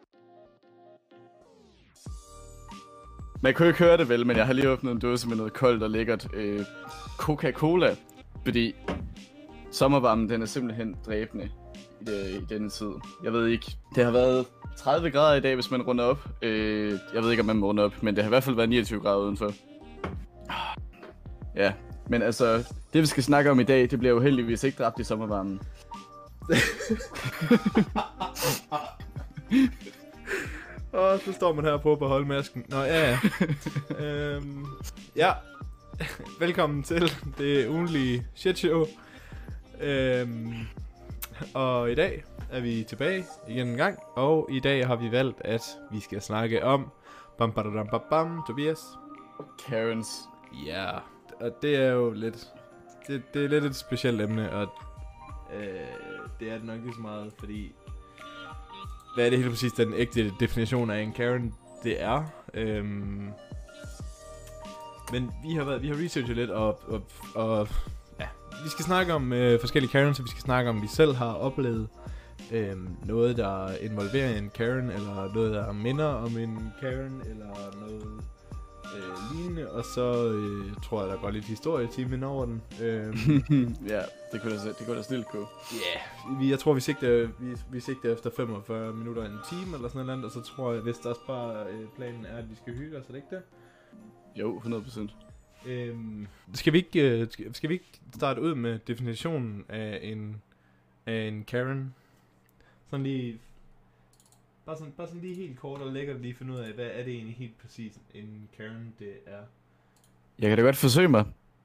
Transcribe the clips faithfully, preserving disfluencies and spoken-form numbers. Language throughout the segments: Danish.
Man kunne ikke høre det vel, men jeg har lige åbnet en dåse med noget koldt og lækkert øh, Coca-Cola. Fordi sommervarmen, den er simpelthen dræbende i, det, i denne tid. Jeg ved ikke, det har været tredive grader i dag, hvis man runder op. Øh, jeg ved ikke, om man må runde op, men det har i hvert fald været niogtyve grader udenfor. Ja, men altså, det vi skal snakke om i dag, det bliver jo heldigvis ikke dræbt i sommervarmen. Og så står man her på at beholde masken. Nå, ja, ja. øhm, ja. Velkommen til det ugenlige shit show. Øhm, og i dag er vi tilbage igen en gang. Og i dag har vi valgt, at vi skal snakke om... Bam, bam, bam, bam, bam, Tobias. Karens. Ja, og det er jo lidt... Det, det er lidt et specielt emne, og øh, det er det nok ikke så meget, fordi... Hvad er det helt præcis den ægte definition af en Karen, det er? Øhm, men vi har været, vi har researchet lidt, og, og, og ja, vi skal snakke om øh, forskellige Karens, så vi skal snakke om, at vi selv har oplevet øh, noget, der involverer en Karen, eller noget, der minder om en Karen, eller noget øh, lignende, og så øh, tror jeg, der går lidt historietime ind over den. Øh, ja, det kunne da, det kunne da snilt gå. Ja, yeah. Jeg tror, vi sigter, vi, vi sigter efter femogfyrre minutter en time, eller sådan noget, og så tror jeg, hvis der også bare øh, planen er, at vi skal hygge os, er det ikke det? Jo, hundrede procent. Øhm, skal, vi ikke, øh, skal, skal vi ikke starte ud med definitionen af en, af en Karen? Sådan lige... Bare sådan, bare sådan lige helt kort og lækkert lige finde ud af, hvad er det egentlig helt præcis en Karen, det er? Jeg kan da godt forsøge mig.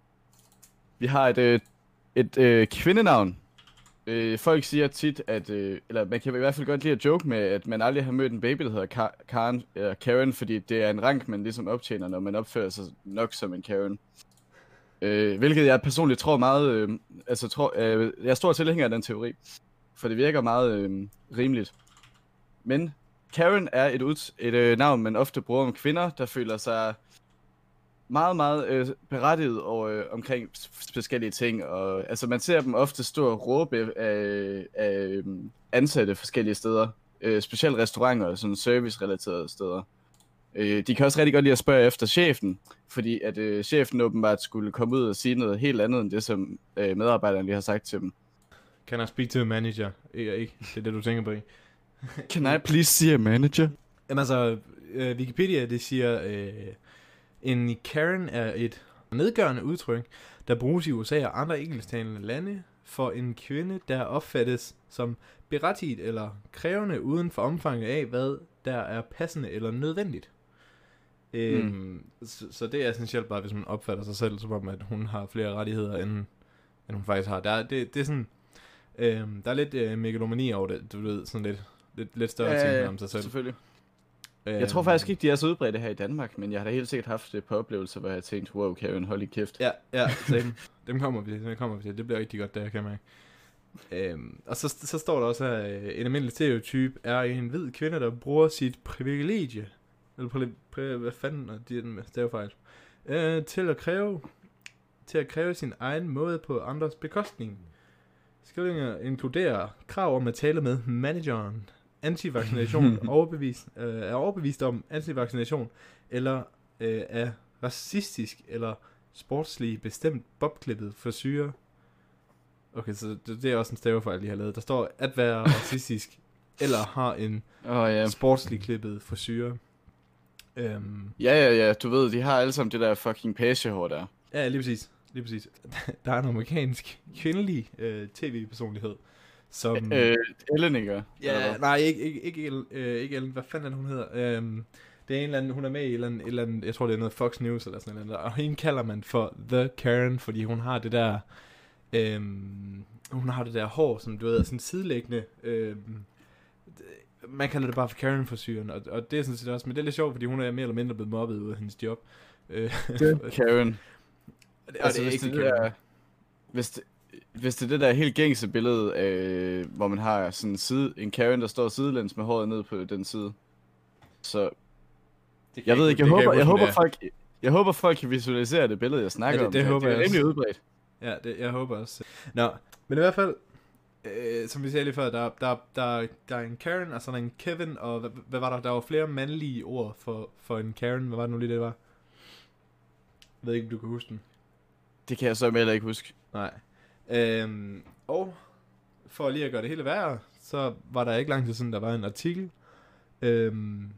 Vi har et, øh, et øh, kvindenavn. Øh, folk siger tit, at... Øh, eller man kan i hvert fald godt lide at joke med, at man aldrig har mødt en baby, der hedder Ka- Karen, øh, Karen, fordi det er en rank, man ligesom optjener, når man opfører sig nok som en Karen. Øh, hvilket jeg personligt tror meget... Øh, altså, tror, øh, jeg er stor tilhænger af den teori, for det virker meget øh, rimeligt. Men Karen er et, ud, et øh, navn, man ofte bruger om kvinder, der føler sig meget, meget øh, berettiget over, øh, omkring forskellige ting. Og, altså, man ser dem ofte stå og råbe af, af ansatte forskellige steder. Øh, specielt restauranter og sådan service-relaterede steder. Øh, de kan også rigtig godt lide at spørge efter chefen, fordi at øh, chefen åbenbart skulle komme ud og sige noget helt andet end det, som øh, medarbejderne lige har sagt til dem. Can I speak to a manager? Ikke, ikke. Det er det, du tænker på, ikke? Can I please see a manager? Jamen altså, øh, Wikipedia, det siger, øh, en Karen er et nedgørende udtryk, der bruges i U S A og andre engelsktalende lande for en kvinde, der opfattes som berettiget eller krævende uden for omfanget af, hvad der er passende eller nødvendigt. Mm. Øhm, så, så det er essentielt bare, hvis man opfatter sig selv som om, at hun har flere rettigheder, end, end hun faktisk har. Der, det, det er sådan, øh, der er lidt øh, megalomani over det, du ved, sådan lidt. Lidt, lidt større ja, ting om sig selv. Selvfølgelig. Øhm. Jeg tror faktisk ikke, de er så udbredte her i Danmark, men jeg har da helt sikkert haft et par oplevelser, hvor jeg har tænkt, wow, Karen, hold i kæft. Ja, ja, dem, dem kommer vi til, dem kommer vi til. Det bliver rigtig godt, det jeg kan mærke. Øhm, og så, så står der også her, en almindelig stereotyp er en hvid kvinde, der bruger sit privilegie, eller pri, pri, hvad fanden er det med stavefejl, øh, til at kræve, til at kræve sin egen måde på andres bekostning. Skrivninger inkluderer krav om at tale med manageren, antivaccination, overbevist, øh, er overbevist om antivaccination, eller øh, er racistisk eller sportslig bestemt bobklippet frisyre. Okay, så det, det er også en stavefejl, de har lavet. Der står at være racistisk, eller har en oh, yeah. sportslig klippet frisyre. Um, ja, ja, ja, du ved, de har alle sammen det der fucking pagehår der. Ja, lige præcis. Lige præcis. Der er en amerikansk kvindelig øh, tv-personlighed, som... Øh, Ellen, ikke? Ja, nej, ikke, ikke, ikke, Ellen, øh, ikke Ellen. Hvad fanden er det, hun hedder? Um, det er en eller anden, hun er med i et eller, andet, et eller andet, jeg tror det er noget Fox News eller sådan noget, og hende kalder man for The Karen, fordi hun har det der, øhm, hun har det der hår, som du ved, er sådan sidelæggende, øhm, man kalder det bare for Karen-frisyren, og, og det er sådan set også, men det er lidt sjovt, fordi hun er mere eller mindre blevet mobbet ud af hendes job. The Karen. Og det, altså, og det er hvis, ikke det der, hvis, det, hvis det er det der helt gængse billede, øh, hvor man har sådan en, side, en Karen, der står sidelæns med håret ned på den side, så jeg ved ikke, jeg håber, jeg, jeg håber folk, jeg håber folk kan visualisere det billede, jeg snakker ja, det, om. Det, det håber det er jeg rimelig udbredt. Ja, det, jeg håber også. Nå, men i hvert fald, øh, som vi sagde lige før, der, der, der, der er en Karen, og så er der en Kevin, og hvad, hvad var der? Der var flere mandlige ord for, for en Karen. Hvad var det nu lige, det var? Jeg ved ikke, om du kan huske den. Det kan jeg så heller ikke huske. Nej. Øhm, og for lige at gøre det hele værre, så var der ikke lang tid siden, der var en artikel. Øhm,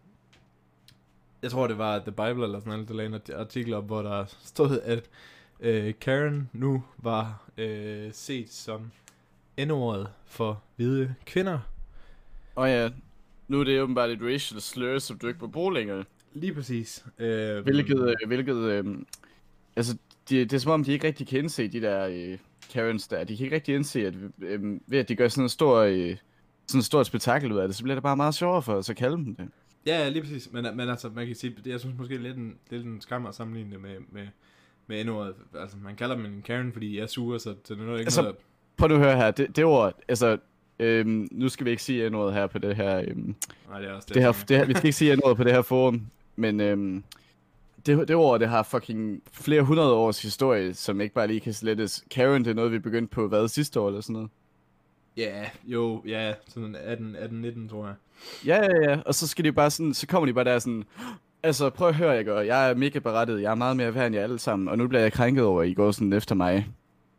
jeg tror, det var The Bible eller sådan noget, der lagde en artikel op, hvor der stod, at øh, Karen nu var øh, set som N-ordet for hvide kvinder. Og ja, nu er det åbenbart et racial slur, som du ikke må bruge længere. Lige præcis. Øh, Hvilket, øh, hvilket øh, altså, de, det er som om, de ikke rigtig kan indse de der øh, Karens der. De kan ikke rigtig indse, at øh, ved at de gør sådan en stor, øh, sådan en stort spektakel ud af det, så bliver det bare meget sjovere for os at kalde dem det. Ja, lige præcis. Men, men altså, man kan sige, det, jeg synes måske lidt en, lidt en skam at sammenligne det med, med, med N-ordet. Altså, man kalder dem en Karen, fordi jeg er sur, så det er noget, ikke altså, noget... Prøv nu at høre her, det, det ord, altså, øhm, nu skal vi ikke sige N-ordet her på det her, øhm, Nej, det er også det. det her, det her, vi skal ikke sige N-ordet på det her forum, men øhm, det, det ord, det har fucking flere hundrede års historie, som ikke bare lige kan slettes. Karen, det er noget, vi begyndte på, hvad, sidste år eller sådan noget? Ja, yeah, jo, ja, sådan atten, atten, nitten, tror jeg. Ja, ja, ja, og så skal de bare sådan, så kommer de bare der sådan, altså prøv at høre, jeg gør, jeg er mega berettet, jeg er meget mere værd end jer alle sammen, og nu bliver jeg krænket over, at I går sådan efter mig.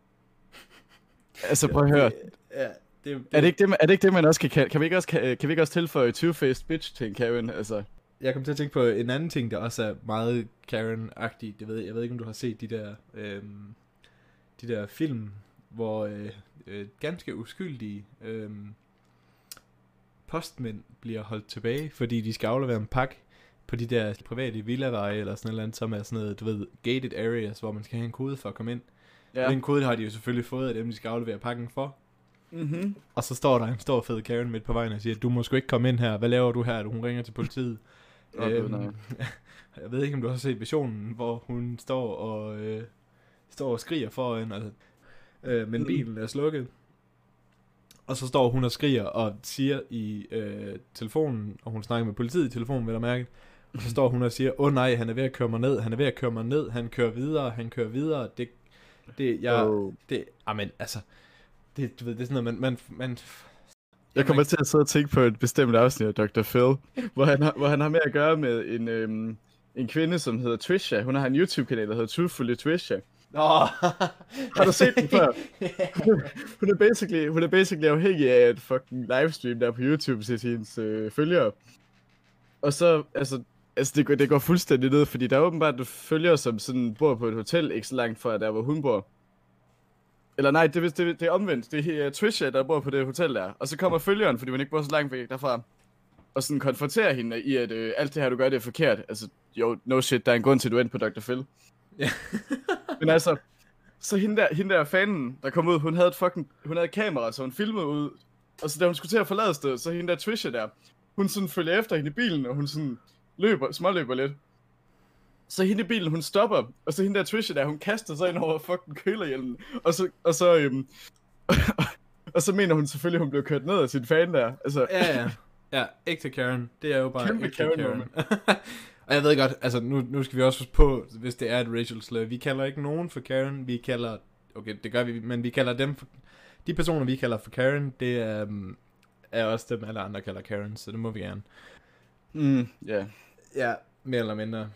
Altså prøv at høre. Ja, det, det, Er det ikke det, man, er det ikke det, man også kan kalde? Kan vi ikke også, kan, kan vi ikke også tilføje two-faced bitch til en Karen? Altså. Jeg kom til at tænke på en anden ting, der også er meget Karen-agtig. Det ved, jeg ved ikke, om du har set de der, øhm, de der film, hvor øh, øh, ganske uskyldige øh, postmænd bliver holdt tilbage, fordi de skal aflevere en pakke på de der private villaveje eller sådan noget, som er sådan noget, du ved, gated areas, hvor man skal have en kode for at komme ind. Ja. Den kode har de jo selvfølgelig fået af dem, de skal aflevere pakken for. Mm-hmm. Og så står der en stor fed Karen midt på vejen og siger, du må sgu ikke komme ind her, hvad laver du her? Hun ringer til politiet. Okay, øhm, jeg ved ikke, om du har set visionen, hvor hun står og øh, står og skriger foran, altså, øh, men bilen er slukket. Og så står hun og skriger og siger i øh, telefonen, og hun snakker med politiet i telefonen, vil jeg mærke. Og så står hun og siger, åh oh, nej, han er ved at køre mig ned, han er ved at køre mig ned, han kører videre, han kører videre. Det, det, jeg, oh. det, amen, altså, det, du ved, det er sådan noget, man, man, man jeg kommer til at sidde og tænke på et bestemt afsnit af doktor Phil, hvor han har, hvor han har med at gøre med en, øhm, en kvinde, som hedder Trisha. Hun har en YouTube-kanal, der hedder Truthfully Trisha. Oh. Har du set den før? hun, er basically, hun er basically afhængig af et fucking livestream der på YouTube til hendes øh, følgere. Og så, altså, altså det, går, det går fuldstændig ned, fordi der er åbenbart følgere, som sådan bor på et hotel, ikke så langt fra der, hvor hun bor. Eller nej, det, det, det er omvendt. Det er uh, Trisha, der bor på det hotel der. Og så kommer følgeren, fordi hun ikke bor så langt væk derfra. Og sådan konfronterer hende i, at øh, alt det her, du gør, det er forkert. Altså, jo, no shit, der er en grund til, at du endte på doktor Phil. Ja. Men altså, så hende der, hende der fanen, der kom ud, hun havde et fucking, hun havde et kamera, så hun filmede ud. Og så da hun skulle til at forlade stedet, så hende der Trisha der, hun sådan følger efter hende i bilen, og hun sådan løber, småløber lidt. Så hende i bilen, hun stopper, og så hende der Trisha der, hun kaster sig ind over fucking kølerhjelmen. Og så, og så, øhm, og så mener hun selvfølgelig, at hun blev kørt ned af sin fan der. Altså. Ja, ja. Ja, ægte Karen. Det er jo bare Kæmpe ægte Karen. Karen. Og jeg ved godt, altså nu, nu skal vi også huske på, hvis det er et racial slur. Vi kalder ikke nogen for Karen, vi kalder, okay, det gør vi, men vi kalder dem for, de personer, vi kalder for Karen, det er, um, er også dem, alle andre kalder Karen, så det må vi gerne. Mm, ja. Yeah. Ja, mere eller mindre.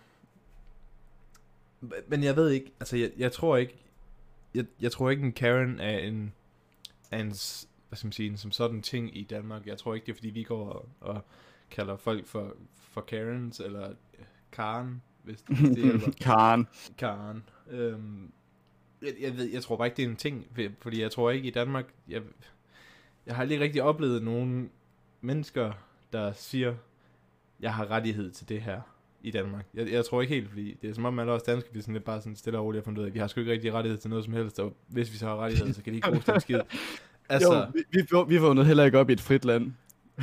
Men jeg ved ikke, altså jeg, jeg tror ikke, jeg, jeg tror ikke en Karen er en, er en, hvad skal man sige, en som sådan ting i Danmark. Jeg tror ikke, det er fordi vi går og, og kalder folk for, for Karens, eller Karen, hvis det, hvis det hjælper. Karen. Karen. Øhm, jeg, jeg, ved, jeg tror bare ikke, det er en ting, fordi jeg tror ikke i Danmark, jeg, jeg har aldrig rigtig oplevet nogen mennesker, der siger, jeg har rettighed til det her i Danmark. Jeg, jeg tror ikke helt, fordi det er som om alle os danskere, vi er sådan lidt bare sådan stille og roligt og fundet ud af, vi har sgu ikke rigtig rettighed til noget som helst, og hvis vi så har rettighed, så kan de ikke bruge til en skid. Altså, jo, vi, vi, vi vågnede heller ikke op i et frit land.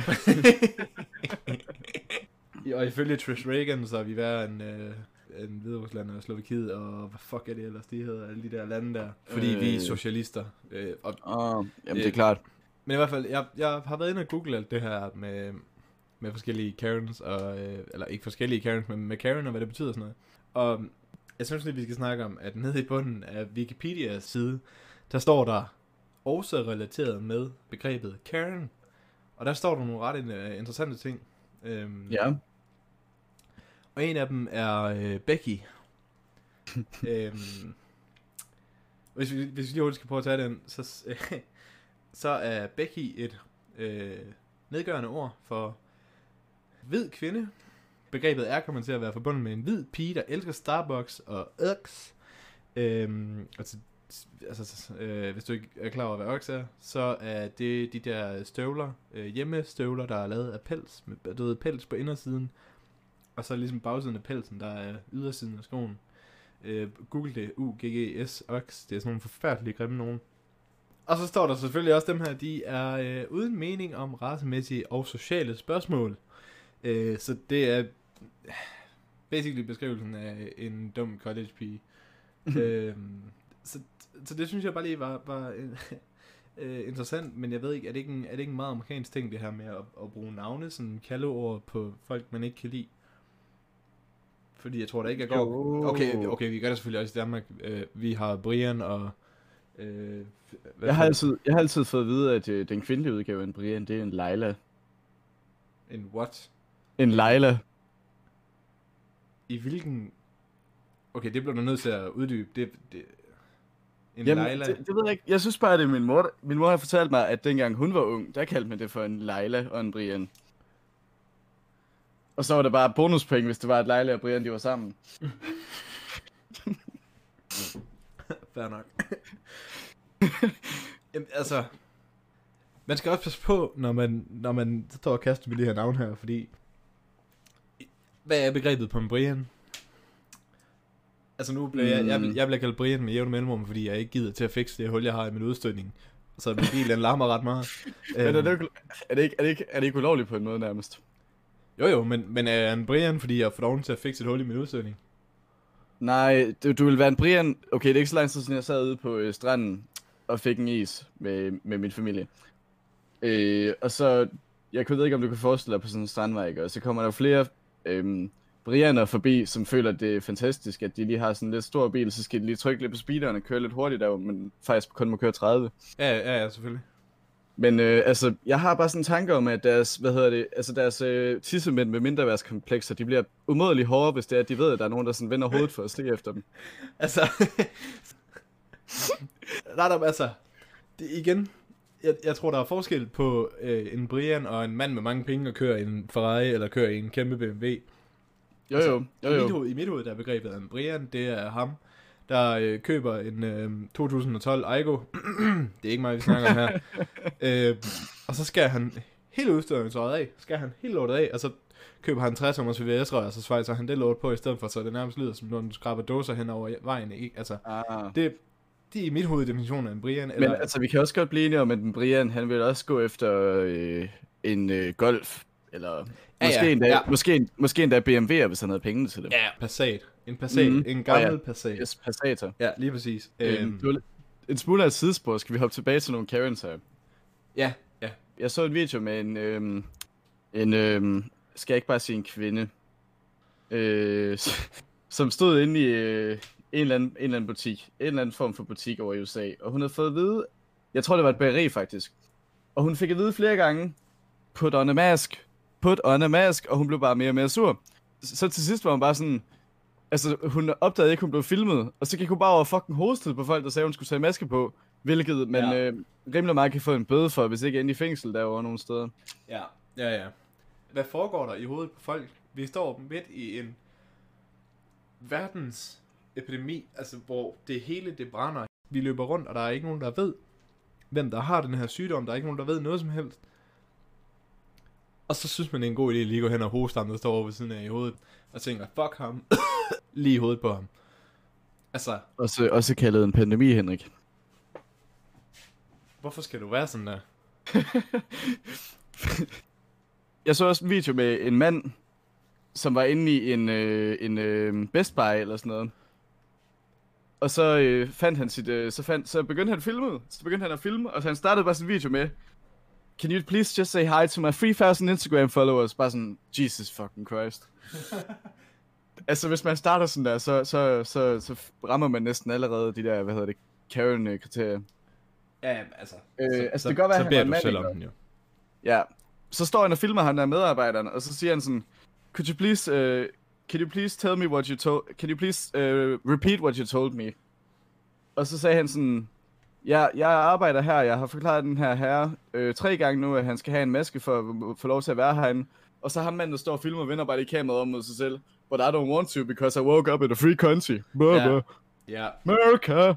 Og ifølge Trish Reagan, så er vi værre end, øh, end Hviderusland og Slovakiet, og hvad fuck er det ellers, de hedder, alle de der lande der. Fordi øh, vi er socialister. Øh, og, åh, jamen øh, det er klart. Men i hvert fald, jeg, jeg har været inde og google alt det her med, med forskellige Karens, og, øh, eller ikke forskellige Karens, men med Karen og hvad det betyder og sådan noget. Og jeg synes lige, vi skal snakke om, at nede i bunden af Wikipedias side, der står der, også relateret med begrebet Karen. Og der står der nogle ret uh, interessante ting. Øhm, Ja. Og en af dem er øh, Becky. øhm, hvis, vi, hvis vi lige hurtigt skal prøve at tage den, så, øh, så er Becky et øh, nedgørende ord for hvid kvinde. Begrebet er kommet til at være forbundet med en hvid pige, der elsker Starbucks og Uggs. Øhm, altså, altså øh, hvis du ikke er klar over, hvad Uggs er, så er det de der støvler, øh, hjemmestøvler, der er lavet af pels, med døde pels på indersiden. Og så ligesom bagsiden af pelsen, der er ydersiden af skoen. Øh, Google det, U G G S, Uggs, det er sådan nogle forfærdelige grimme nogen. Og så står der selvfølgelig også dem her, de er øh, uden mening om racemæssige og sociale spørgsmål. Øh, så det er basically beskrivelsen af en dum college pige. øh, så, så det synes jeg bare lige var, var øh, interessant, men jeg ved ikke, er det ikke en, er det ikke en meget amerikansk ting, det her med at, at bruge navne, sådan kaldeord på folk, man ikke kan lide? Fordi jeg tror da ikke, jeg går... Okay, okay, vi gør det selvfølgelig også i Danmark. Øh, vi har Brian og... Øh, jeg, har altid, jeg har altid fået at vide, at øh, den kvindelige udgave af en Brian, det er en Leila. En what? En Leila. I hvilken... Okay, det bliver du nødt til at uddybe. Det, det... En Jamen, Leila? Det, det ved jeg ikke. Jeg synes bare, at det er min mor. Min mor har fortalt mig, at dengang hun var ung, der kaldte man det for en Leila og en Brian. Og så var det bare bonuspenge, hvis det var, at Leila og Brian, de var sammen. Fair nok. Jamen, altså... Man skal også passe på, når man, når man står og kaster med de her navn her, fordi... Hvad er begrebet på en Brian? Altså nu bliver jeg, jeg, jeg bliver kaldt Brian med jævne mellemrum, fordi jeg ikke gider til at fikse det hul, jeg har i min udstødning. Så min bil, den larmer ret meget. Men er det, ikke, er, det ikke, er, det ikke, er det ikke ulovligt på en måde nærmest? Jo jo, men, men er jeg en Brian, fordi jeg får lov til at fikse et hul i min udstødning? Nej, du, du vil være en Brian. Okay, det er ikke så lang tid siden, jeg sad ude på øh, stranden og fik en is med, med min familie. Øh, og så, jeg ved ikke, om du kan forestille dig på sådan en strandvej, ikke? Og så kommer der flere øh, Brianer forbi, som føler, at det er fantastisk, at de lige har sådan en lidt stor bil, så skal de lige trykke lidt på speederen og køre lidt hurtigt der, men faktisk kun må køre tredive. Ja, ja, ja, selvfølgelig. Men øh, altså, jeg har bare sådan en tanke om, at deres, hvad hedder det, altså deres øh, tissemænd med mindreværdskomplekser, de bliver umådeligt hårde, hvis det er, at de ved, at der er nogen, der sådan vender hovedet for at stikke efter dem. Altså, nej, der, altså, det, igen, jeg, jeg tror, der er forskel på øh, en Brian og en mand med mange penge og kører en Ferrari eller kører i en kæmpe B M W. Jo jo, jo jo. I mit hoved, i mit hoved der er begrebet af en Brian, det er ham, der øh, køber en øh, to tusind og tolv Aygo. Det er ikke mig, vi snakker om her. øh, og så skal han hele udstødningsrøret af, skal han helt lortet af, og så køber han tres tommers V V S-rør, og så svejser han det lort på i stedet for, så det nærmest lyder som når du skraber dåser hen over vejen, ikke? Altså, ah. det, det er i mit hoved definitionen af en Brian. Eller... Men altså, vi kan også godt blive enige om, at en Brian, han vil også gå efter øh, en øh, Golf, eller... Ja, måske, ja, endda, ja. måske, måske endda B M W'er, hvis han havde pengene til det. Ja, Passat. En Passat. Mm. En gammel oh, ja. Passat. Yes, Passater. Ja, lige præcis. Øhm, øhm. En smule af et sidespor. Skal vi hoppe tilbage til nogle Karens her? Ja, ja. Jeg så en video med en... Øhm, en øhm, skal jeg ikke bare sige en kvinde? Øh, som stod inde i øh, en, eller anden, en eller anden butik. En eller anden form for butik over i U S A. Og hun havde fået at vide... Jeg tror, det var et bageri, faktisk. Og hun fik at vide flere gange... Put on a mask. Put on a mask, og hun blev bare mere og mere sur. Så til sidst var hun bare sådan... Altså, hun opdagede ikke, hun blev filmet, og så gik hun bare over fucking hostet på folk, der sagde, hun skulle tage maske på. Hvilket man ja. øh, rimelig meget kan få en bøde for, hvis ikke inde i fængsel derovre nogle steder. Ja, ja, ja. Hvad foregår der i hovedet på folk? Vi står midt i en verdensepidemi, altså hvor det hele det brænder. Vi løber rundt, og der er ikke nogen, der ved, hvem der har den her sygdom. Der er ikke nogen, der ved noget som helst. Og så synes man, det er en god idé at lige gå hen og hoste ham, der står over ved siden af i hovedet, og tænker, fuck ham, lige i hovedet på ham. Altså... Også, også kaldet en pandemi, Henrik. Hvorfor skal du være sådan der? Jeg så også en video med en mand, som var inde i en, øh, en øh, Best Buy eller sådan noget. Og så øh, fandt han sit, øh, så, fandt, så begyndte han at filme, så begyndte han at filme, og så han startede bare sin video med, can you please just say hi to my three thousand Instagram followers? Bare sådan, Jesus fucking Christ. Altså, hvis man starter sådan der, så, så, så, så rammer man næsten allerede de der, hvad hedder det, Karen-kriterier. Ja, ja, altså. Øh, så, altså, så, det kan godt være, så han beder var en du mand, selv ikke? om den, jo. Ja. Så står han og filmer han der medarbejderen, og så siger han sådan, could you please, uh, can you please tell me what you told, can you please uh, repeat what you told me? Og så sagde han sådan, ja, jeg arbejder her, jeg har forklaret den her herre øh, tre gange nu, at han skal have en maske for at få lov til at være herinde. Og så har manden, der står og filmer og vender bare det kameraet om mod sig selv. But I don't want to, because I woke up in a free country. Blah, Ja. blah. Ja. America!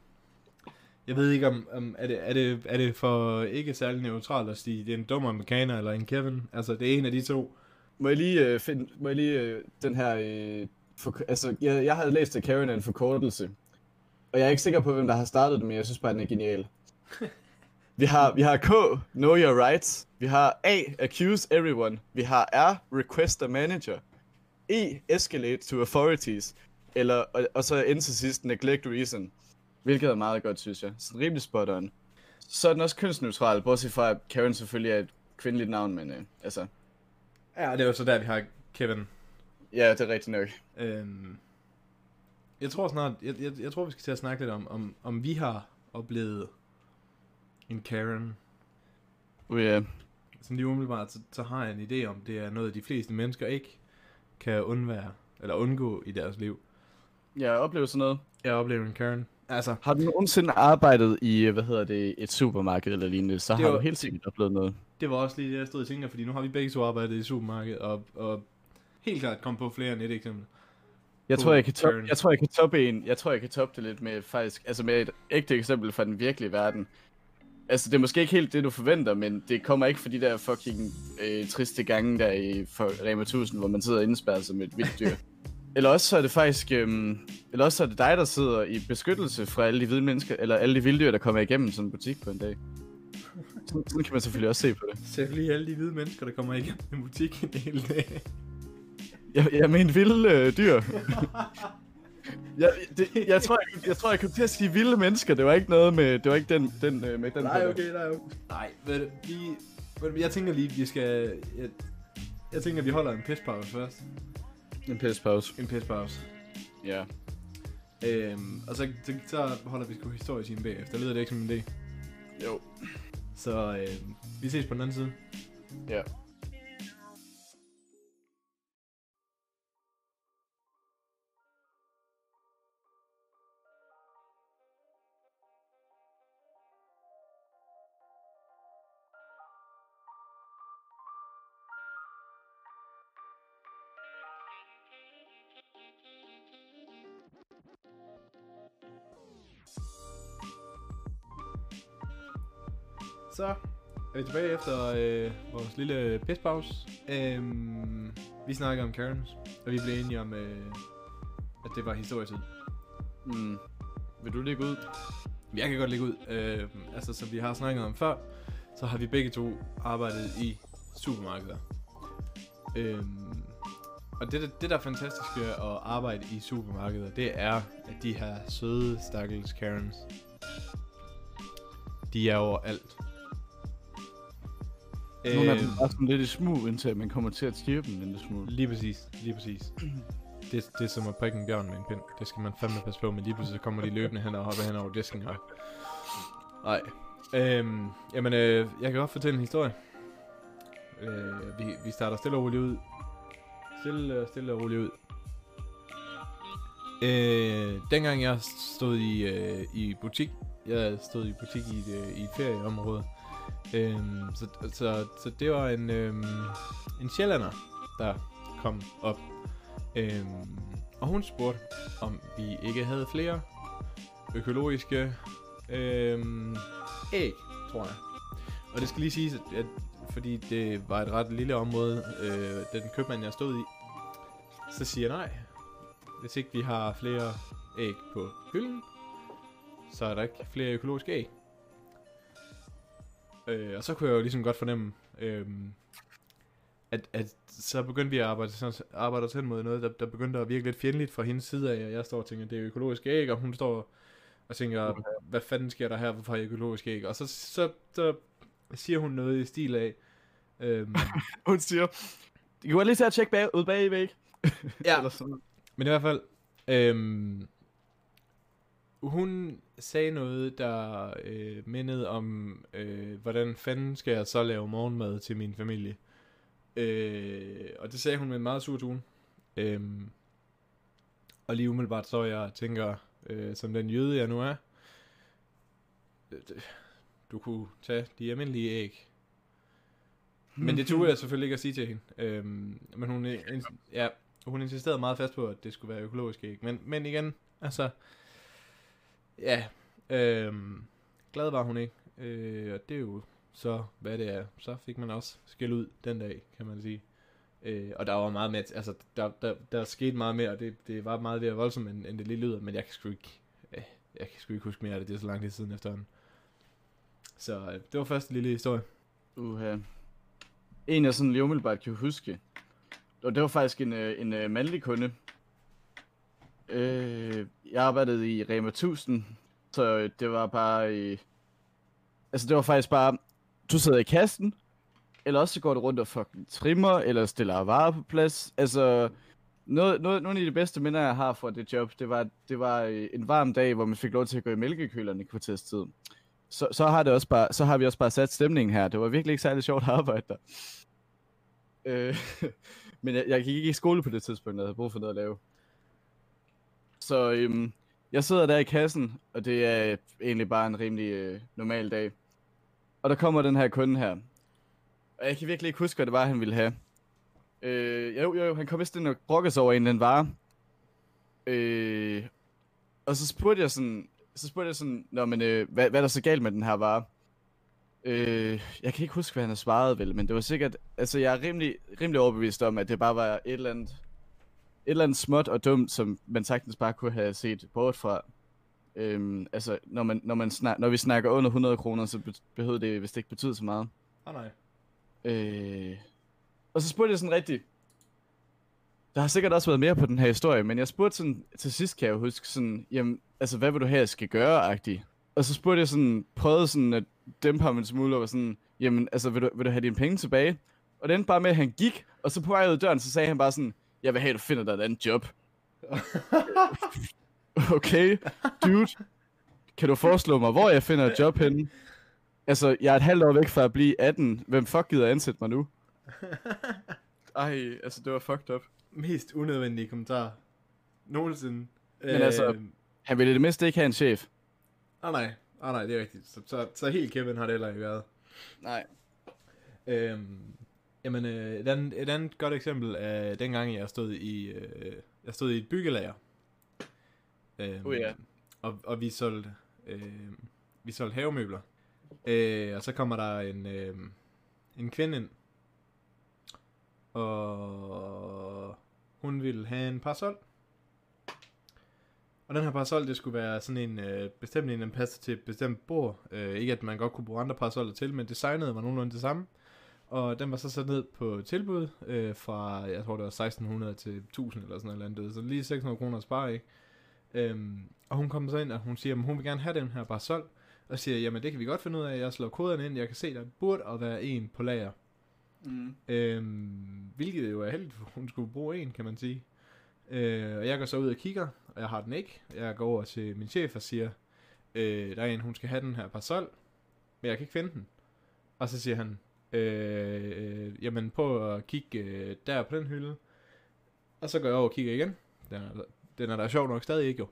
Jeg ved ikke, om, om er, det, er, det, er det for ikke særlig neutralt at sige, det er en dum amerikaner eller en Kevin. Altså, det er en af de to. Må jeg lige øh, finde, må jeg lige øh, den her, øh, for, altså, jeg, jeg havde læst, at Karen er en forkortelse. Og jeg er ikke sikker på, hvem der har startet det, men jeg synes bare, den er genial. Vi har, vi har K, know your rights. Vi har A, accuse everyone. Vi har R, request a manager. E, escalate to authorities. Eller, og, og så end til sidst, neglect reason. Hvilket er meget godt, synes jeg. Så rimelig spot on. Så er den også kønsneutral, bortset fra, at Karen selvfølgelig er et kvindeligt navn, men øh, altså... Ja, det er jo så der, vi har Kevin. Ja, det er rigtigt nok. Øhm, jeg tror snart, jeg, jeg, jeg tror, vi skal til at snakke lidt om, om, om vi har oplevet en Karen. Uh, ja. Sådan lige umiddelbart, så, så har jeg en idé om, det er noget, de fleste mennesker ikke kan undvære, eller undgå i deres liv. Jeg oplever sådan noget. Jeg oplever en Karen. Altså, Har du nogensinde arbejdet i, hvad hedder det, et supermarked eller lignende, så Det har var- du helt sikkert oplevet noget. det var også lige det, jeg stod og tænkte, fordi nu har vi begge to arbejdet i supermarkedet, og, og helt klart kom på flere end et eksempel. Jeg På tror, jeg kan toppe, Karen. jeg tror, jeg kan toppe en. Jeg tror, jeg kan toppe det lidt med faktisk, altså med et ægte eksempel fra den virkelige verden. Altså, det er måske ikke helt det, du forventer, men det kommer ikke fra de der fucking øh, triste gange der i for Rema tusind, hvor man sidder indespærret som et vildt dyr. Eller også så er det faktisk, øhm, eller også så er det dig, der sidder i beskyttelse fra alle de hvide mennesker, eller alle de vilddyr, der kommer igennem sådan en butik på en dag. Sådan, sådan kan man selvfølgelig også se på det. Selvfølgelig alle de hvide mennesker, der kommer igennem i butikken hele dag. Jeg, jeg mener vilde øh, dyr. jeg, det, jeg, tror, jeg, jeg tror, jeg kom til at sige vilde mennesker. Det var ikke noget med, det var ikke den, den øh, med den. Nej, på okay, nej, okay. Nej, ved du, vi, ved du, jeg tænker lige, vi skal, jeg, jeg tænker, vi holder en pispause først. En pissepause. En pispause. Ja. Øhm, og så, så, så holder vi sgu historietime bagefter. Lyder det ikke som en idé? Jo. Så øhm, vi ses på den anden side. Ja. Så er vi tilbage efter øh, vores lille pispause. Øhm, vi snakker om Karens, og vi blev enige om, øh, at det var historietid. Mm. Vil du lægge ud? Jeg kan godt lægge ud. Øh, altså, som vi har snakket om før, så har vi begge to arbejdet i supermarkeder. Øhm, og det, det, der er fantastisk ved at arbejde i supermarkeder, det er, at de her søde, stakkels Karens, de er overalt. Nogle af dem Øhm, er sådan lidt i smug, indtil man kommer til at styre dem en lille smule. Lige præcis, lige præcis. Det, det er som at prikke en bjørn med en pind. Det skal man fandme passe på, men lige pludselig så kommer de løbende hen og hopper hen over disken. Og... Nej. Øhm, jamen, øh, jeg kan godt fortælle en historie. Øh, vi, vi starter stille og roligt ud. Stille, øh, stille og roligt ud. Øh, dengang jeg stod i, øh, i butik, jeg stod i butik i et, øh, i et ferieområde. Øhm, så, så, så det var en, øhm, en sjællander, der kom op. Øhm, og hun spurgte, om vi ikke havde flere økologiske øhm, æg, tror jeg. Og det skal lige siges, at, at fordi det var et ret lille område, øh, den købmand jeg stod i, så siger jeg nej. Hvis ikke vi har flere æg på hylden, så er der ikke flere økologiske æg. Øh, og så kunne jeg jo ligesom godt fornemme, øh, at, at så begyndte vi at arbejde, sådan, arbejde os hen mod noget, der, der begyndte at virke lidt fjendtligt fra hendes side af, og jeg står og tænker, det er økologiske æg, og hun står og tænker, okay, hvad fanden sker der her, hvorfor har jeg økologiske æg? Og så, så, så siger hun noget i stil af, øh, Hun siger, du kan godt lige tage at tjekke bag, ud bag i væg. ja, Eller sådan. men i hvert fald, øh, hun sagde noget, der øh, mindede om, øh, hvordan fanden skal jeg så lave morgenmad til min familie. Øh, og det sagde hun med en meget sur tone. Øh, og lige umiddelbart så jeg tænker, øh, som den jøde jeg nu er, øh, du kunne tage de almindelige æg. Men det turde jeg selvfølgelig ikke at sige til hende. Øh, men hun, ja, hun insisterede meget fast på, at det skulle være økologisk æg. Men, men igen, altså... Ja, øhm, glad var hun ikke, øh, og det er jo så, hvad det er. Så fik man også skæld ud den dag, kan man sige. Øh, og der var meget med, altså der, der, der skete meget mere, og det, det var meget mere voldsomt, end, end det lige lyder, men jeg kan sgu ikke, øh, jeg kan sgu ikke huske mere af det, det er så lang tid siden efterhånden. Så øh, det var første lille historie. Uha. En jeg sådan lige umiddelbart kan huske, og det var faktisk en, en, en mandlig kunde. Øh, jeg arbejdede i Rema tusind, så det var bare... Øh, altså det var faktisk bare... Du sidder i kassen, eller også så går du rundt og fucking trimmer, eller stiller varer på plads. Altså, noget, noget, nogle af de bedste minder, jeg har fra det job, det var, det var øh, en varm dag, hvor man fik lov til at gå i mælkekøleren i kvarterstid. Så, så, har det også bare, så har vi også bare sat stemningen her. Det var virkelig ikke særlig sjovt at arbejde der. Øh, men jeg, jeg gik ikke i skole på det tidspunkt, jeg havde brug for noget at lave. Så øhm, jeg sidder der i kassen, og det er egentlig bare en rimelig øh, normal dag. Og der kommer den her kunde her. Og jeg kan virkelig ikke huske, hvad det var, han ville have. Øh, jo, jo, jo, han kom vist ind og brokkede sig over en eller anden vare. Øh, og så spurgte jeg sådan, så spurgte jeg sådan, Nå, men, øh, hvad, hvad er der så galt med den her vare? Øh, jeg kan ikke huske, hvad han har svaret, vel, men det var sikkert, altså jeg er rimelig, rimelig overbevist om, at det bare var et eller andet, et eller andet småt og dumt, som man sagtens bare kunne have set bort fra. Øhm, altså, når, man, når, man snak, når vi snakker under hundrede kroner, så behøver det vist ikke betyde så meget. Ah, nej. Øh, og så spurgte jeg sådan rigtigt, der har sikkert også været mere på den her historie, men jeg spurgte sådan, til sidst kan jeg huske sådan, jamen, altså hvad vil du have, jeg skal gøre-agtigt? Og så spurgte jeg sådan, prøvede sådan at dæmpe ham en smule, og var sådan, jamen, altså vil du, vil du have dine penge tilbage? Og det endte bare med, at han gik, og så på vej ud af døren, så sagde han bare sådan, jeg vil have, at du finder dig et andet job. Okay, dude, kan du foreslå mig, hvor jeg finder et job henne? Altså, jeg er et halvt år væk fra at blive atten. Hvem fuck gider ansætte mig nu? Ej, altså det var fucked up. Mest unødvendige kommentar nogensinde. Men altså, han ville i det mindste ikke have en chef. Ah nej, ah nej, det er rigtigt. Så, så, så helt Kevin har det heller ikke været. Nej. Øhm, jamen, øh, et, andet, et andet godt eksempel er dengang jeg stod i, øh, jeg stod i et byggelager. Øhm, Oh ja. og, og vi solgte, øh, vi solgte havemøbler. Øh, og så kommer der en, øh, en kvinde ind. Og hun ville have en parasol. Og den her parasol, det skulle være sådan en øh, bestemt en, der passer til et bestemt bord. Øh, ikke at man godt kunne bruge andre parasoller til, men designet var nogenlunde det samme. Og den var så sat ned på tilbud øh, fra, jeg tror det var seksten hundrede til tusind eller sådan noget andet. Så lige seks hundrede kroner at spare, ikke? Øhm, og hun kommer så ind, og hun siger, at hun vil gerne have den her parasol. Og siger, jamen det kan vi godt finde ud af, jeg slår koderne ind, jeg kan se, der burde at være en på lager. Mm. Øhm, hvilket jo er heldigt, for hun skulle bruge en, kan man sige. Øh, og jeg går så ud og kigger, og jeg har den ikke. Jeg går over til min chef og siger, øh, der er en, hun skal have den her parasol, men jeg kan ikke finde den. Og så siger han, øh, jamen prøv at kigge øh, der på den hylde. Og så går jeg over og kigger igen. Den er, den er der sjov nok stadig ikke jo.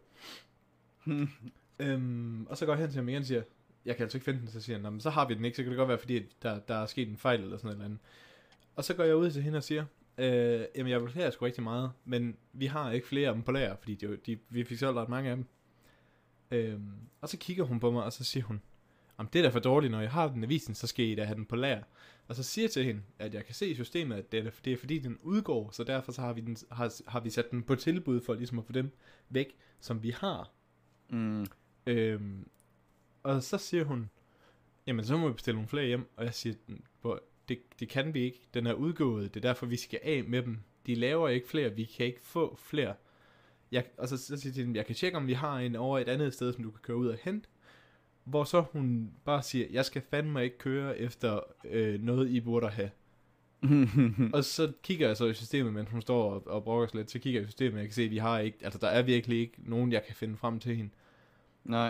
øhm, og så går jeg hen til ham igen og siger, jeg kan altså ikke finde den. Så siger han, så har vi den ikke, så kan det godt være, fordi der, der er sket en fejl eller sådan noget. Og så går jeg ud til hende og siger, øh, jamen jeg beklager sgu rigtig meget, men vi har ikke flere af dem på lager, fordi de, de, vi fik solgt ret mange af dem. Øhm, og så kigger hun på mig, og så siger hun, jamen det er da for dårligt, når jeg har den avisen, så skal I da have den på lager. Og så siger jeg til hende, at jeg kan se i systemet, at det er, det er fordi den udgår, så derfor så har vi, den, har, har vi sat den på tilbud for ligesom at få dem væk, som vi har. Mm. Øhm, og så siger hun, jamen så må vi bestille nogle flere hjem, og jeg siger, det, det kan vi ikke, den er udgået, det er derfor vi skal af med dem, de laver ikke flere, vi kan ikke få flere. Jeg, og så, så siger jeg til hende, jeg kan tjekke om vi har en over et andet sted, som du kan køre ud og hente. Hvor så hun bare siger, jeg skal fandme ikke køre efter øh, noget, I burde have. Og så kigger jeg så i systemet, mens hun står og, og brokker sig lidt, så kigger jeg i systemet, og jeg kan se, at vi har ikke, altså der er virkelig ikke nogen, jeg kan finde frem til hende. Nej.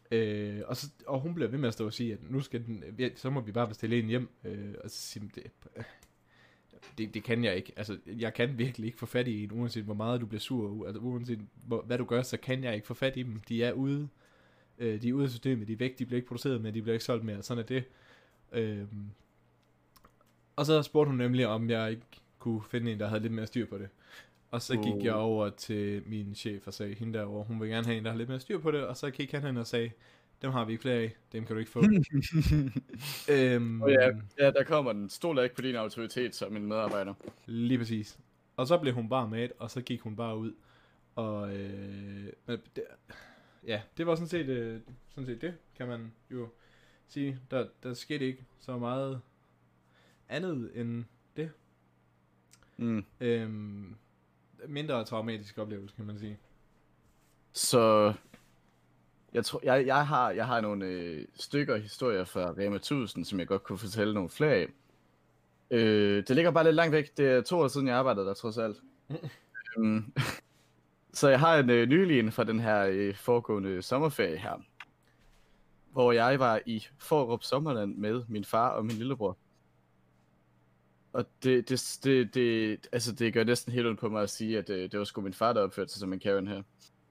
Øh, og, så, og hun bliver ved med at stå og sige, at nu skal den, så må vi bare bestille en hjem. Øh, og så siger det, det, det kan jeg ikke. Altså, jeg kan virkelig ikke få fat i en, uanset hvor meget du bliver sur. Altså, uanset hvor, hvad du gør, så kan jeg ikke få fat i dem. De er ude. Øh, de er ude af systemet. De er væk. De bliver ikke produceret mere. De bliver ikke solgt mere. Sådan er det. Øh, og så spurgte hun nemlig, om jeg ikke kunne finde en, der havde lidt mere styr på det. Og så gik uh. jeg over til min chef og sagde, hende derovre, hun vil gerne have en, der har lidt mere styr på det. Og så kiggede han hen og sagde, dem har vi ikke flere af, dem kan du ikke få. øhm, oh, ja. ja, der kommer den. Stoler ikke på din autoritet som en medarbejder. Lige præcis. Og så blev hun bare med, og så gik hun bare ud. Og øh, det, ja, det var sådan set, øh, sådan set det, kan man jo sige. Der, der skete ikke så meget andet end det. Mm. Øhm, mindre traumatisk oplevelse, kan man sige. Så jeg tror jeg jeg har jeg har nogle øh, stykker historier fra Rema tusind, som jeg godt kunne fortælle nogle flere af. Øh, det ligger bare lidt langt væk. Det er to år siden jeg arbejdede der trods alt. øhm, så jeg har en øh, nylig en fra den her øh, foregående sommerferie her, hvor jeg var i Fårup Sommerland med min far og min lillebror. Og det, det, det, det, altså det gør næsten helt ondt på mig at sige, at det, det var sgu min far, der opførte sig som en Karen her.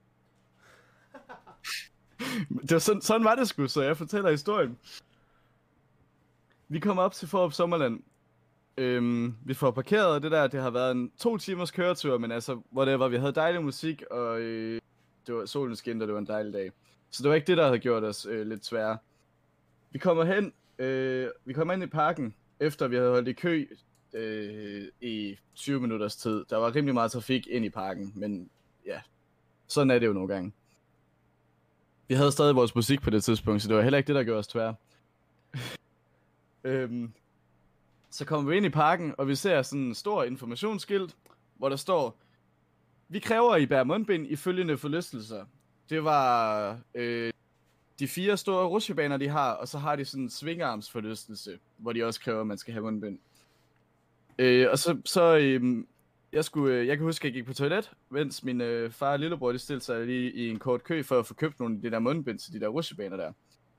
Det var sådan, sådan var det sgu, så jeg fortæller historien. Vi kommer op til Fårup Sommerland. Øhm, vi får parkeret det der, det har været en to timers køretur, men altså, whatever, vi havde dejlig musik, og øh, det var solen skinnede, og det var en dejlig dag. Så det var ikke det, der havde gjort os øh, lidt svære. Vi kommer hen, øh, vi kommer ind i parken, efter vi havde holdt i kø øh, i tyve minutters tid. Der var rimelig meget trafik ind i parken, men ja, sådan er det jo nogle gange. Vi havde stadig vores musik på det tidspunkt, så det var heller ikke det, der gjorde os tvære. øhm, så kommer vi ind i parken, og vi ser sådan en stor informationsskilt, hvor der står, vi kræver, at I bærer mundbind i følgende forlystelser. Det var øh, de fire store rutsjebaner, de har, og så har de sådan en svingarmsforlystelse, hvor de også kræver, at man skal have mundbind. Øh, og så, så øh, jeg, skulle, øh, jeg kan huske, at jeg gik på toilet, mens min øh, far og lillebror, de stillede sig lige i en kort kø for at få købt nogle af de der mundbind til de der rutsjebaner der.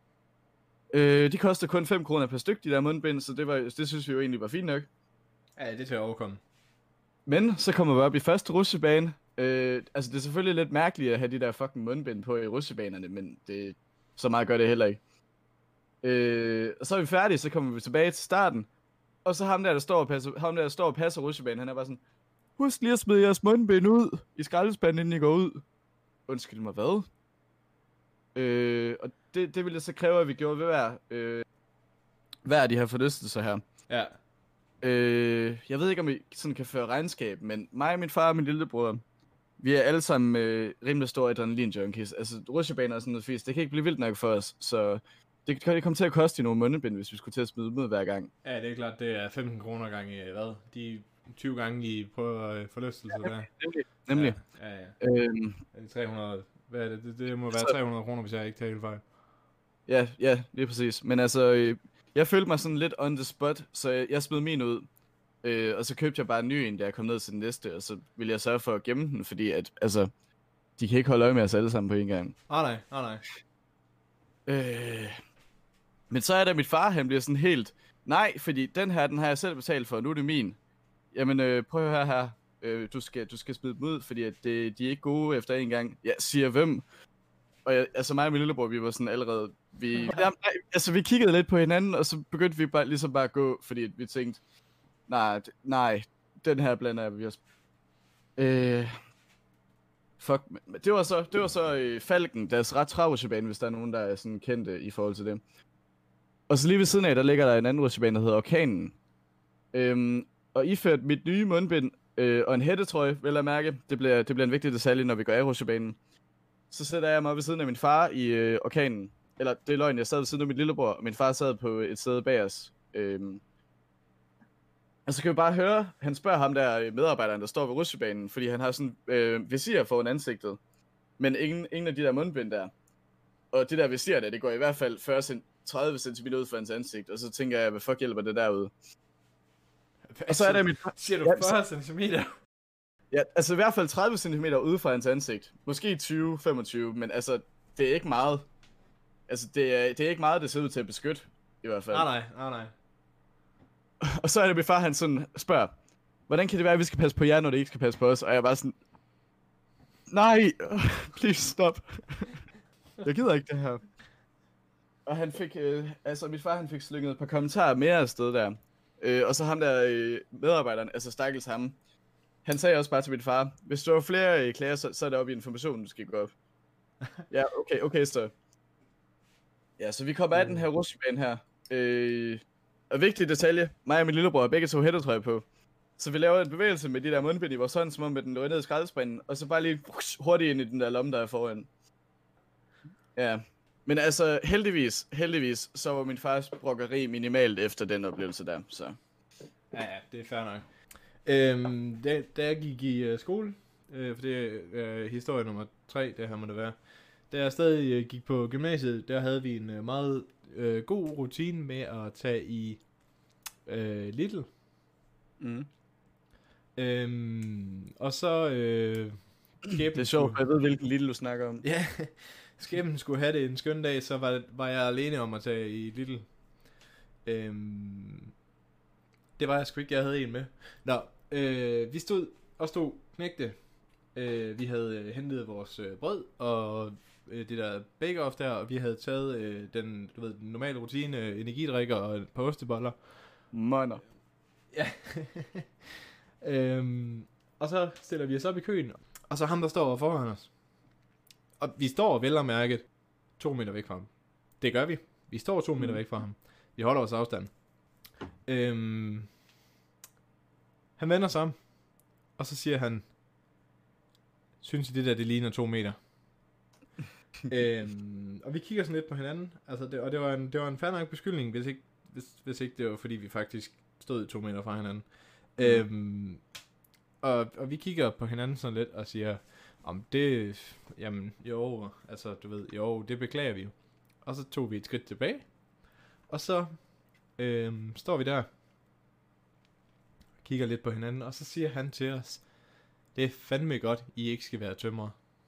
Øh, de koster kun fem kroner per styk, de der mundbind, så det, var, det synes vi jo egentlig var fint nok. Ja, det til at overkomme. Men så kommer vi op i første rutsjebane. Øh, altså det er selvfølgelig lidt mærkeligt at have de der fucking mundbind på i rutsjebanerne, men det, så meget gør det heller ikke. Øh, og så er vi færdige, så kommer vi tilbage til starten. Og så ham der, der står og passer, ham der, der står og passer rutsjebanen, han er bare sådan, husk lige at smide jeres mundbind ud i skraldespanden, inden I går ud. Undskyld mig, hvad? Øh, og det, det ville så kræve, at vi gjorde ved hver, øh, hver af de her forlystelser her. Ja. Øh, jeg ved ikke, om I sådan kan føre regnskab, men mig, min far og min lillebror, vi er alle sammen øh, rimelig store adrenalin-junkies. Altså, rutsjebaner og sådan noget fisk, det kan ikke blive vildt nok for os, så det kan komme til at koste i nogle mundbind, hvis vi skulle til at smide dem ud hver gang. Ja, det er klart, det er femten kroner gange, hvad? De tyve gange i på øh, forlystelser der. Nemlig. Nemlig. Ja, ja. ja. Øhm, tre hundrede, hvad er det? Det, det må være tre hundrede kroner, hvis jeg ikke tager helt fejl. Ja, ja, lige præcis. Men altså, øh, jeg følte mig sådan lidt on the spot, så jeg, jeg smed min ud. Øh, og så købte jeg bare en ny en, da jeg kom ned til den næste, og så ville jeg sørge for at gemme den, fordi at, altså, de kan ikke holde øje med os alle sammen på en gang. Ah nej, ah nej. Øh, men så er der mit far, han bliver sådan helt, nej, fordi den her, den har jeg selv betalt for, og nu er det min. Jamen, øh, prøv at høre her, øh, du, skal, du skal smide dem ud, fordi at det, de er ikke gode efter en gang. Ja, siger hvem? Og jeg, altså mig og min lillebror, vi var sådan allerede, vi, jamen, altså vi kiggede lidt på hinanden, og så begyndte vi bare, ligesom bare at gå, fordi vi tænkte, nej, nej, den her blander vi os. Øh, fuck, det var så, det var så øh, Falken, deres ret travrutsjebane, hvis der er nogen, der er sådan kendte i forhold til det. Og så lige ved siden af, der ligger der en anden rutsjebane, der hedder Orkanen. Øhm, og iført mit nye mundbind øh, og en hættetrøje, vil jeg mærke, det bliver, det bliver en vigtig detalje, når vi går af rutsjebanen. Så sætter jeg mig op ved siden af min far i øh, Orkanen. Eller det er løgn, jeg sad ved siden af min lillebror, og min far sad på et sæde bag os. Øhm. Og så kan vi bare høre, han spørger ham der medarbejderen, der står ved rutsjebanen, fordi han har sådan øh, visir foran ansigtet, men ingen, ingen af de der mundbind der. Og det der visir der, det går i hvert fald fyrre til tredive centimeter ud fra hans ansigt, og så tænker jeg, hvad fuck hjælper det derude? Hvad og så er der mit... Siger du fyrre centimeter? Ja, altså i hvert fald tredive centimeter ude fra hans ansigt. Måske tyve til femogtyve, men altså, det er ikke meget. Altså, det er, det er ikke meget, det ser ud til at beskytte, i hvert fald. Nej, nej, nej, nej. Og så er det min far, han sådan spørger, hvordan kan det være, at vi skal passe på jer, når det ikke skal passe på os? Og jeg er bare sådan, nej, please stop. Jeg gider ikke det her. Og han fik, øh, altså min far, han fik slynget et par kommentarer mere afsted der. Øh, og så ham der øh, medarbejderen, altså stakkels ham, han sagde også bare til min far, hvis du har flere øh, klager, så, så er det oppe i informationen, du skal gå op. Ja, okay, okay, så. Ja, så vi kommer af den her rutsjebane her. Øh, og vigtig detalje, mig og min lillebror har begge to hættetrøje på. Så vi laver en bevægelse med de der mundbind i vores hånd, som om med den lå ned i skraldespanden, og så bare lige hurtigt ind i den der lomme, der er foran. Ja, men altså heldigvis, heldigvis, så var min fars brokkeri minimalt efter den oplevelse der, så. Ja, ja, det er fair nok. Øhm, da, da jeg gik i uh, skole, øh, for det er uh, historie nummer tre, det her må det være. Da jeg stadig uh, gik på gymnasiet, der havde vi en uh, meget uh, god rutine med at tage i uh, Lidl. Mm. Øhm, og så øh, det er sjovt, jeg ved hvilken Lidl du snakker om. Ja, skæbnen skulle have det en skøn dag, så var, var jeg alene om at tage i Lidl. Øhm, det var jeg sgu ikke, jeg havde en med. Nå, øh, vi stod og stod knægte. Øh, vi havde øh, hentet vores øh, brød og øh, det der bake-off der, og vi havde taget øh, den, du ved, den normale rutine, øh, energidrikker og et par osteboller. Monner. Ja. øhm, og så stiller vi os op i køen, og så ham der står foran os. Og vi står vel og mærket to meter væk fra ham. Det gør vi. Vi står to meter væk fra ham. Vi holder vores afstand. Øhm, han vender sig om, og så siger han, synes I det der, det ligner to meter? øhm, og vi kigger sådan lidt på hinanden, altså det, og det var en, det var en fair nok beskyldning, hvis ikke, hvis, hvis ikke det var fordi vi faktisk stod to meter fra hinanden. Mm. Øhm, og, og vi kigger på hinanden sådan lidt og siger, om det, jamen jo, altså du ved, jo, det beklager vi jo. Og så tog vi et skridt tilbage, og så øhm, står vi der, kigger lidt på hinanden, og så siger han til os, det er fandme godt, I ikke skal være tømrere.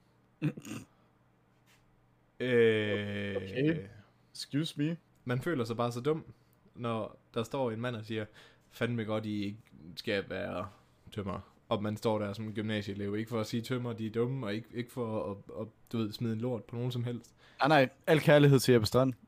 øh, okay. Excuse me. Man føler sig bare så dum, når der står en mand og siger, fandme godt, I ikke skal være tømrere. Og man står der som gymnasieelev, ikke for at sige tømmer, de er dumme, og ikke, ikke for at, at, du ved, smide en lort på nogen som helst. Ah nej, al kærlighed til Jeppe Strand.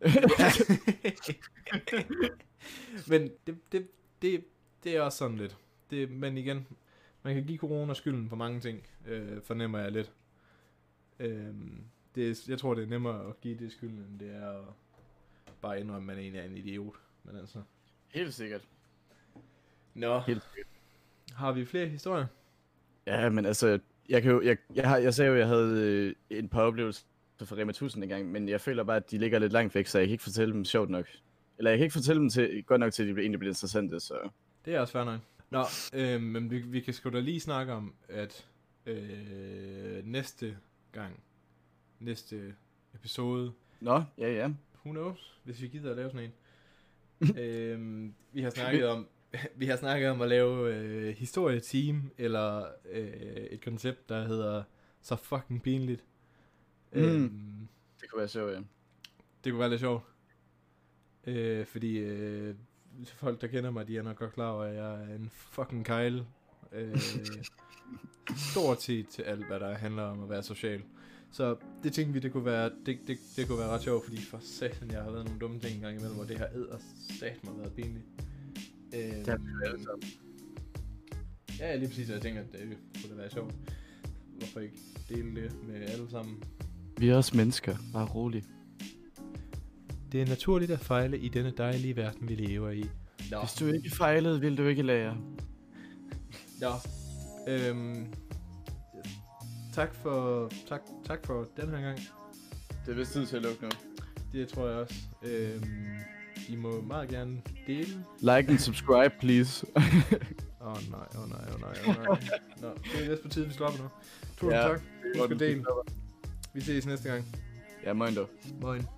Men det, det, det, det er også sådan lidt. Det, men igen, man kan give corona skylden for mange ting, øh, fornemmer jeg lidt. Øh, det er, jeg tror, det er nemmere at give det skylden, end det er at bare indrømme, at man egentlig er en idiot. Men altså. Helt sikkert. Nå. Helt sikkert. Har vi flere historier? Ja, men altså, jeg kan jo, jeg, jeg, har, jeg sagde jo, at jeg havde øh, en par oplevelser fra Rema tusind engang, men jeg føler bare, at de ligger lidt langt væk, så jeg kan ikke fortælle dem sjovt nok. Eller jeg kan ikke fortælle dem til, godt nok til, at de egentlig bliver interessante, så. Det er også fair nok. Nå, øh, men vi, vi kan sgu da lige snakke om, at øh, næste gang, næste episode. Nå, ja, ja. Who knows, hvis vi gider at lave sådan en. øh, vi har snakket om, vi har snakket om at lave øh, historieteam, eller øh, et koncept, der hedder Så fucking pinligt. Mm. Øhm, det kunne være sjovt, ja. Det kunne være lidt sjovt. Øh, fordi øh, folk, der kender mig, de er nok godt klar over, at jeg er en fucking kejle. Øh, stort set til alt, hvad der handler om at være social. Så det tænkte vi, det kunne være, det, det, det kunne være ret sjovt, fordi for satan, jeg har været nogle dumme ting en gang imellem, og det har edder sat mig været pinligt. Øh, det har vi jo alle sammen. Ja, lige præcis, og jeg tænker, at det kunne da være sjovt. Hvorfor ikke dele det med alle sammen? Vi er også mennesker, bare rolig. Det er naturligt at fejle i denne dejlige verden, vi lever i. Nå. Hvis du ikke fejlede, vil du ikke lære. Ja. Øhm, tak for tak, tak for den her gang. Det er vist tid til at lukke nu. Det tror jeg også. Øhm, I må meget gerne dele. Like and subscribe, please. Åh oh, nej, åh oh, nej, åh oh, nej, åh oh, nej. Nå, det er næsten på tide, vi stopper nu. Tusind ja, tak. Husk at dele. Vi ses næste gang. Ja, moin dog. Moin.